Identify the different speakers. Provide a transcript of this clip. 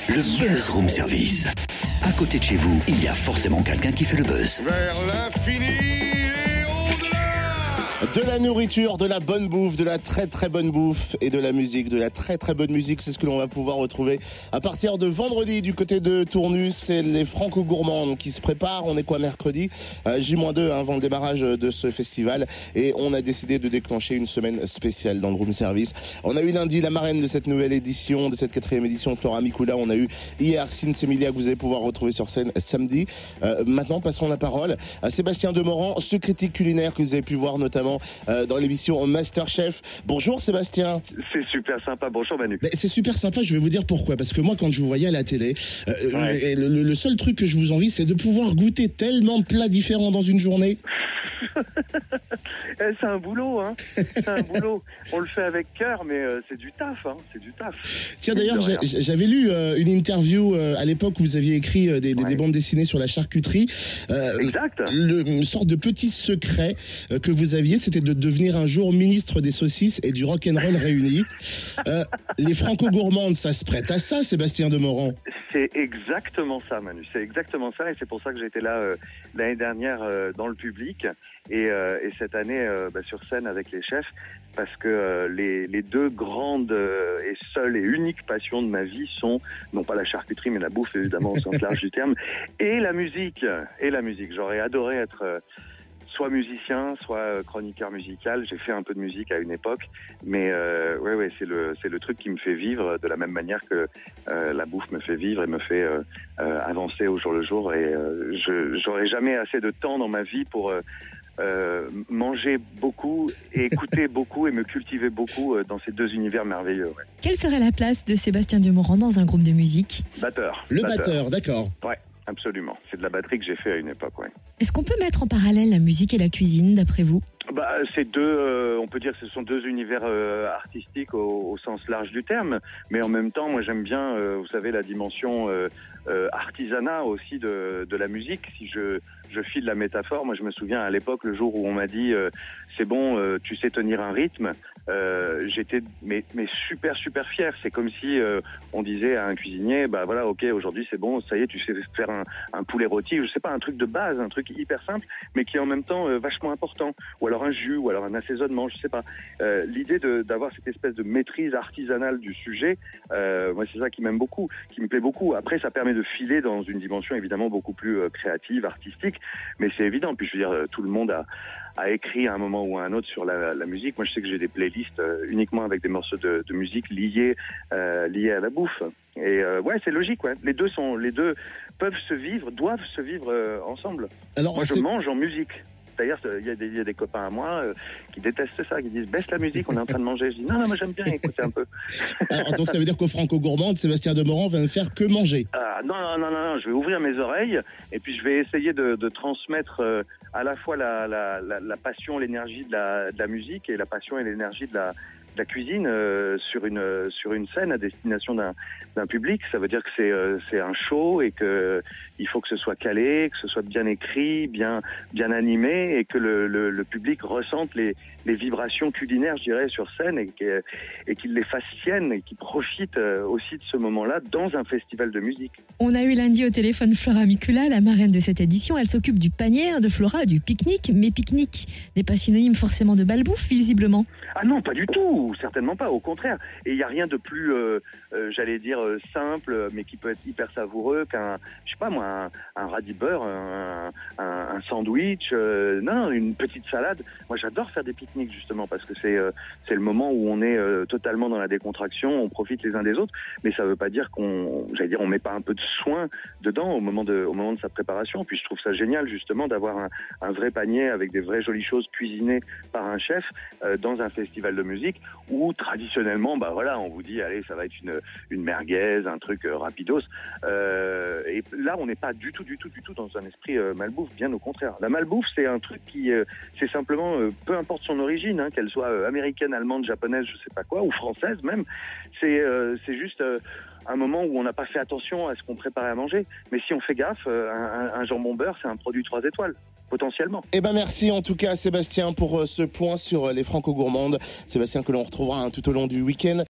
Speaker 1: Le Buzz Room Service. À côté de chez vous, il y a forcément quelqu'un qui fait le buzz.
Speaker 2: Vers l'infini et au-delà.
Speaker 3: De la nourriture, de la bonne bouffe, de la très très bonne bouffe et de la musique, de la très très bonne musique, c'est ce que l'on va pouvoir retrouver à partir de vendredi du côté de Tournus. C'est les Franco-Gourmandes qui se préparent. On est quoi, mercredi J-2 avant le démarrage de ce festival, et on a décidé de déclencher une semaine spéciale dans le room service. On a eu lundi la marraine de cette nouvelle édition, de cette 4e édition, Flora Mikula. On a eu hier Cine Semilia, que vous allez pouvoir retrouver sur scène samedi. Maintenant, passons la parole à Sébastien Demorand, ce critique culinaire que vous avez pu voir notamment dans l'émission Masterchef. Bonjour Sébastien.
Speaker 4: C'est super sympa, bonjour Manu.
Speaker 3: Mais c'est super sympa, je vais vous dire pourquoi. Parce que moi, quand je vous voyais à la télé, le seul truc que je vous envie, c'est de pouvoir goûter tellement de plats différents dans une journée.
Speaker 4: C'est un boulot, hein. C'est un boulot. On le fait avec cœur, mais c'est du taf, hein. C'est du taf.
Speaker 3: Tiens, d'ailleurs, j'avais lu une interview à l'époque où vous aviez écrit des bandes dessinées sur la charcuterie.
Speaker 4: Exact.
Speaker 3: Une sorte de petit secret que vous aviez, c'était de devenir un jour ministre des saucisses et du rock'n'roll réunis. Les Franco-Gourmandes, ça se prête à ça, Sébastien Demorand.
Speaker 4: C'est exactement ça, Manu. C'est exactement ça, et c'est pour ça que j'étais là l'année dernière dans le public, et cette année sur scène avec les chefs, parce que les deux grandes et seules et uniques passions de ma vie sont, non pas la charcuterie, mais la bouffe, évidemment, au sens large du terme, et la musique. J'aurais adoré être soit musicien, soit chroniqueur musical. J'ai fait un peu de musique à une époque, mais c'est le truc qui me fait vivre de la même manière que la bouffe me fait vivre et me fait avancer au jour le jour. Et j'aurai jamais assez de temps dans ma vie pour manger beaucoup et écouter beaucoup et me cultiver beaucoup dans ces deux univers merveilleux. Ouais.
Speaker 5: Quelle serait la place de Sébastien Demorand dans un groupe de musique ?
Speaker 4: Batteur.
Speaker 3: Le batteur, d'accord.
Speaker 4: Ouais. Absolument. C'est de la batterie que j'ai fait à une époque, ouais.
Speaker 5: Est-ce qu'on peut mettre en parallèle la musique et la cuisine, d'après vous ?
Speaker 4: C'est deux, on peut dire que ce sont deux univers artistiques au sens large du terme, mais en même temps, moi j'aime bien, vous savez, la dimension artisanat aussi de la musique. Si je file la métaphore, moi je me souviens à l'époque, le jour où on m'a dit c'est bon, tu sais tenir un rythme, j'étais mais super fier. C'est comme si on disait à un cuisinier, voilà, ok, aujourd'hui c'est bon, ça y est, tu sais faire un poulet rôti, je sais pas, un truc de base, un truc hyper simple, mais qui est en même temps vachement important. Ou alors un jus, ou alors un assaisonnement, je sais pas. L'idée d'avoir cette espèce de maîtrise artisanale du sujet, moi c'est ça qui m'aime beaucoup, qui me plaît beaucoup. Après, ça permet de filer dans une dimension évidemment beaucoup plus créative, artistique, mais c'est évident. Puis je veux dire, tout le monde a écrit à un moment ou à un autre sur la musique. Moi, je sais que j'ai des playlists uniquement avec des morceaux de musique liés à la bouffe. Et c'est logique. Ouais. Les deux peuvent se vivre, doivent se vivre ensemble.
Speaker 3: Alors,
Speaker 4: moi, je mange en musique. D'ailleurs, il y a des copains à moi qui détestent ça, qui disent baisse la musique, on est en train de manger. Je dis non, moi j'aime bien écouter un peu.
Speaker 3: Alors, donc ça veut dire qu'au Franco-Gourmande, Sébastien Demorand va ne faire que manger.
Speaker 4: Non, je vais ouvrir mes oreilles et puis je vais essayer de transmettre à la fois la passion, l'énergie de la musique et la passion et l'énergie de la cuisine sur une scène à destination d'un public. Ça veut dire que c'est un show et que il faut que ce soit calé, que ce soit bien écrit, bien animé, et que le public ressente les vibrations culinaires, je dirais, sur scène, et qu'il les fasse siennes et qu'il profite aussi de ce moment-là dans un festival de musique.
Speaker 5: On a eu lundi au téléphone Flora Mikula, la marraine de cette édition. Elle s'occupe du panier de Flora, du pique-nique, mais pique-nique n'est pas synonyme forcément de balbouffe, visiblement.
Speaker 4: Ah non, pas du tout, certainement pas, au contraire. Et il n'y a rien de plus, j'allais dire, simple, mais qui peut être hyper savoureux qu'un, je sais pas moi, un radis beurre, un sandwich, une petite salade. Moi, j'adore faire des pique-niques, justement, parce que c'est le moment où on est totalement dans la décontraction, on profite les uns des autres, mais ça veut pas dire on met pas un peu de soin dedans au moment de sa préparation. Puis je trouve ça génial, justement, d'avoir un vrai panier avec des vraies jolies choses cuisinées par un chef dans un festival de musique où traditionnellement, on vous dit, allez, ça va être une merguez, un truc rapidos. Et là, on n'est pas du tout dans un esprit malbouffe, bien au contraire. La malbouffe, c'est un truc qui, c'est simplement, peu importe son origine, hein, qu'elle soit américaine, allemande, japonaise, je sais pas quoi, ou française même, c'est juste un moment où on n'a pas fait attention à ce qu'on préparait à manger. Mais si on fait gaffe, un jambon beurre, c'est un produit 3 étoiles. Potentiellement.
Speaker 3: Merci en tout cas Sébastien pour ce point sur les Franco-Gourmandes. Sébastien que l'on retrouvera tout au long du week-end.